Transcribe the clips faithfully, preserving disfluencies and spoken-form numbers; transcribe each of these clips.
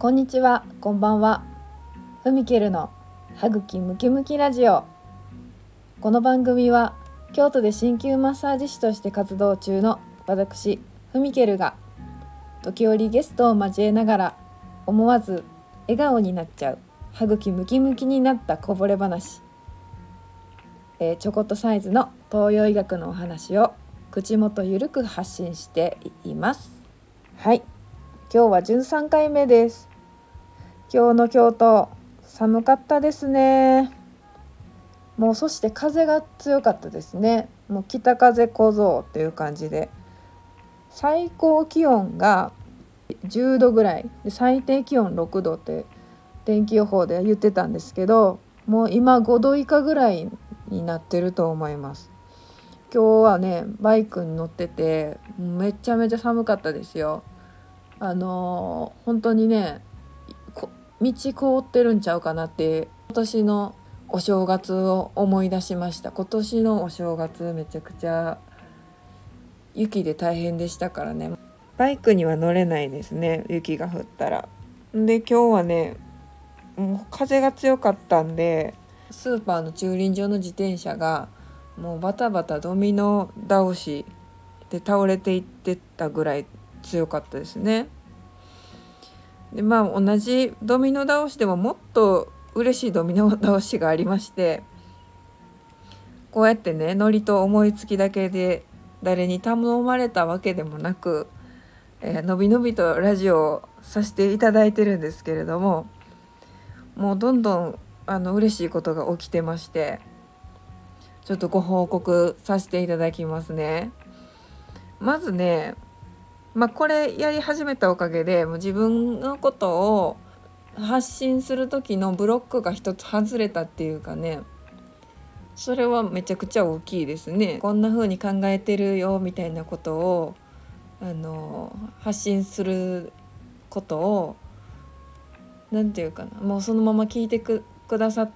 こんにちは、こんばんは。ふみけるの歯茎ムキムキラジオ。この番組は京都で鍼灸マッサージ師として活動中の私ふみけるが時折ゲストを交えながら思わず笑顔になっちゃう歯茎ムキムキになったこぼれ話、えー、ちょこっとサイズの東洋医学のお話を口元ゆるく発信しています。はい、今日はじゅうさんかいめです。今日の京都寒かったですね。もうそして風が強かったですね。もう北風小僧っていう感じで、最高気温がじゅうどぐらいで最低気温ろくどって天気予報で言ってたんですけど、もう今ごど以下ぐらいになってると思います。今日はねバイクに乗っててめちゃめちゃ寒かったですよ。あのー、本当にね道凍ってるんちゃうかなって今年のお正月を思い出しました。今年のお正月めちゃくちゃ雪で大変でしたからね。バイクには乗れないですね、雪が降ったら。で今日はねもう風が強かったんで、スーパーの駐輪場の自転車がもうバタバタドミノ倒しで倒れていってたぐらい強かったですね。でまあ同じドミノ倒しでももっと嬉しいドミノ倒しがありまして、こうやってねノリと思いつきだけで誰に頼まれたわけでもなく、えー、のびのびとラジオをさせていただいてるんですけれども、もうどんどんあの嬉しいことが起きてまして、ちょっとご報告させていただきますね。まずね、まあ、これやり始めたおかげでもう自分のことを発信する時のブロックが一つ外れたっていうかね、それはめちゃくちゃ大きいですね。こんな風に考えてるよみたいなことをあの発信することをなんていうかな、もうそのまま聞いて く, くださって、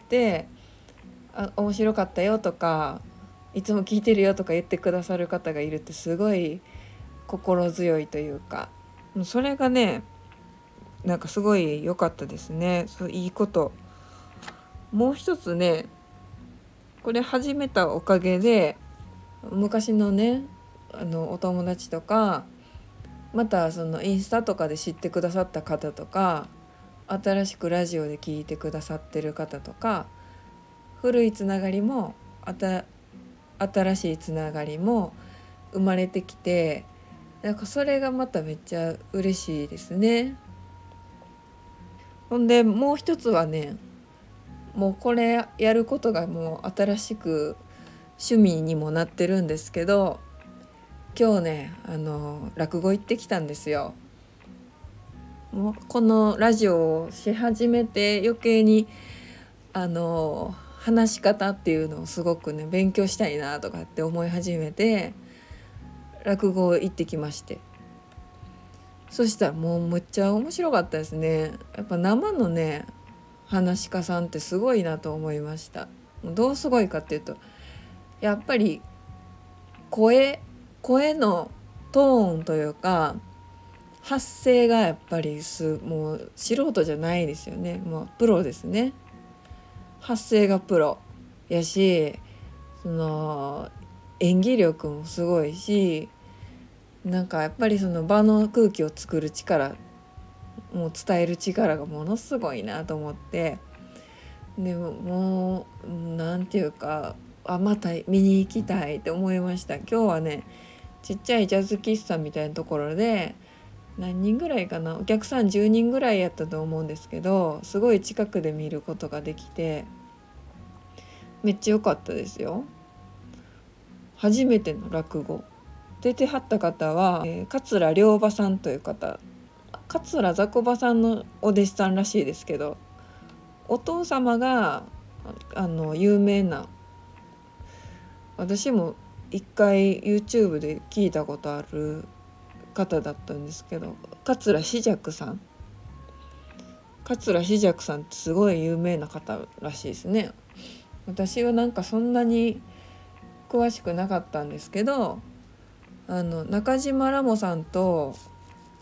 あ面白かったよとかいつも聞いてるよとか言ってくださる方がいるってすごい心強いというか、それがねなんかすごい良かったですね。そういいこと。もう一つね、これ始めたおかげで昔のねあのお友達とか、またそのインスタとかで知ってくださった方とか、新しくラジオで聞いてくださってる方とか、古いつながりもあた新しいつながりも生まれてきて、なんかそれがまためっちゃ嬉しいですね。ほんでもう一つはね、もうこれやることがもう新しく趣味にもなってるんですけど、今日ねあの落語行ってきたんですよ。もうこのラジオをし始めて余計にあの話し方っていうのをすごくね勉強したいなとかって思い始めて落語行ってきまして、そしたらもうむっちゃ面白かったですね。やっぱ生のね話し家さんってすごいなと思いました。どうすごいかっていうと、やっぱり声声のトーンというか発声がやっぱりすもう素人じゃないですよね。もうプロですね。発声がプロやし、その演技力もすごいし、なんかやっぱりその場の空気を作る力、もう伝える力がものすごいなと思って、でももうなんていうか、あまた見に行きたいって思いました。今日はねちっちゃいジャズ喫茶みたいなところで、何人ぐらいかな、お客さんじゅうにんぐらいやったと思うんですけど、すごい近くで見ることができてめっちゃ良かったですよ。初めての落語出てはった方は、えー、桂良馬さんという方、桂雑魚場さんのお弟子さんらしいですけど、お父様があの有名な、私も一回 YouTube で聞いたことある方だったんですけど、桂枝雀さん桂枝雀さんってすごい有名な方らしいですね。私はなんかそんなに詳しくなかったんですけど、あの中島ラモさんと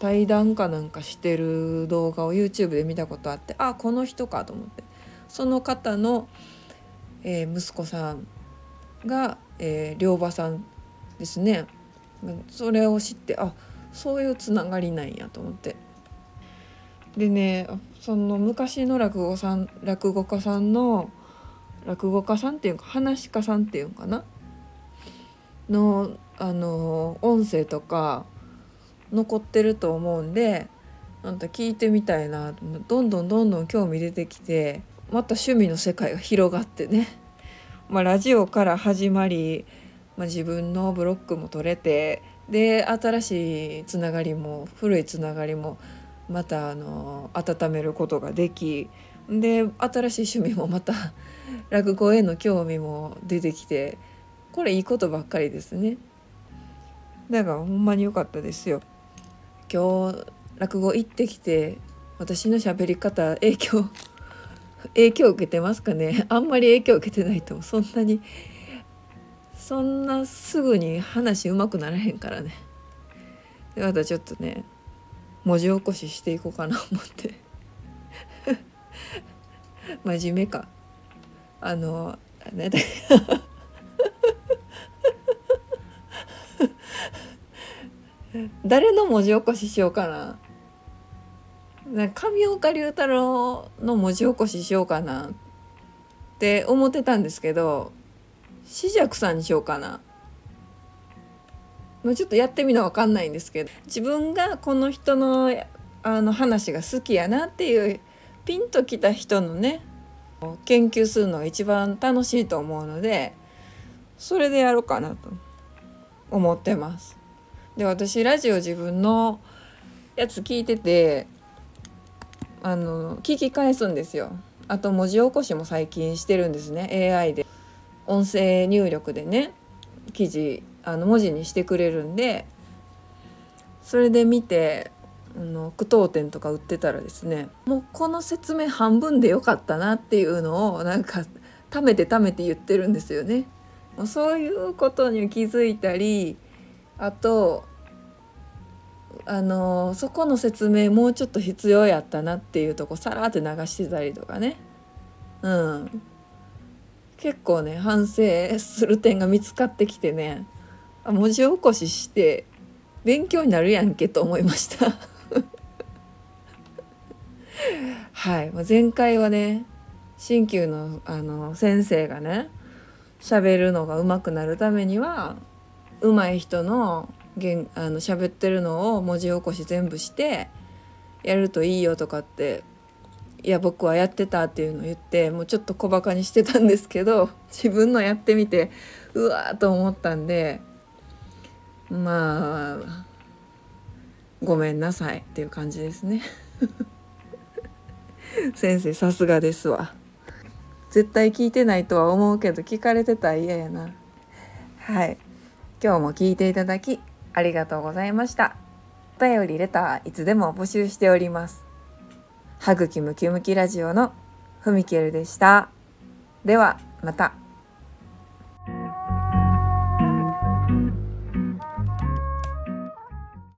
対談かなんかしてる動画を YouTube で見たことあって、あこの人かと思って、その方の、えー、息子さんが、えー、両馬さんですね。それを知って、あそういうつながりなんやと思って、でね、その昔の落語さん落語家さんの落語家さんっていうか話し家さんっていうかなのあの音声とか残ってると思うんで、なんか聞いてみたいな。どんどんどんどん興味出てきて、また趣味の世界が広がってね、まあ、ラジオから始まり、まあ、自分のブロックも取れて、で新しいつながりも古いつながりもまたあの温めることができ、で新しい趣味もまた落語への興味も出てきて、これいいことばっかりですね。だからほんまに良かったですよ。今日落語行ってきて、私の喋り方影響影響受けてますかね。あんまり影響受けてないと、そんなにそんなすぐに話うまくならへんからね。でまたちょっとね文字起こししていこうかな思って真面目か。あのね誰の文字起こししようかな。なんか上岡龍太郎の文字起こししようかなって思ってたんですけど、紫尺さんにしようかな。まあ、ちょっとやってみな分かんないんですけど、自分がこの人のあの話が好きやなっていうピンときた人のね研究するのが一番楽しいと思うので、それでやろうかなと思ってます。で私ラジオ自分のやつ聞いてて、あの聞き返すんですよ。あと文字起こしも最近してるんですね。 エーアイ で音声入力でね記事あの文字にしてくれるんで、それで見てあの句読点とか売ってたらですね、もうこの説明半分でよかったなっていうのをなんかためてためて言ってるんですよね。もうそういうことに気づいたり、あとあのそこの説明もうちょっと必要やったなっていうとこさらって流してたりとかね、うん、結構ね反省する点が見つかってきてね、あ文字起こしして勉強になるやんけと思いましたはい、前回はね鍼灸の、あの先生がね喋るのが上手くなるためには上手い人の言あの喋ってるのを文字起こし全部してやるといいよとかって、いや僕はやってたっていうのを言って、もうちょっと小バカにしてたんですけど、自分のやってみてうわーと思ったんで、まあごめんなさいっていう感じですね先生さすがですわ。絶対聞いてないとは思うけど聞かれてたら嫌やな。はい、今日も聞いていただきありがとうございました。お便りレターいつでも募集しております。はぐきムキムキラジオのふみけるでした。ではまた。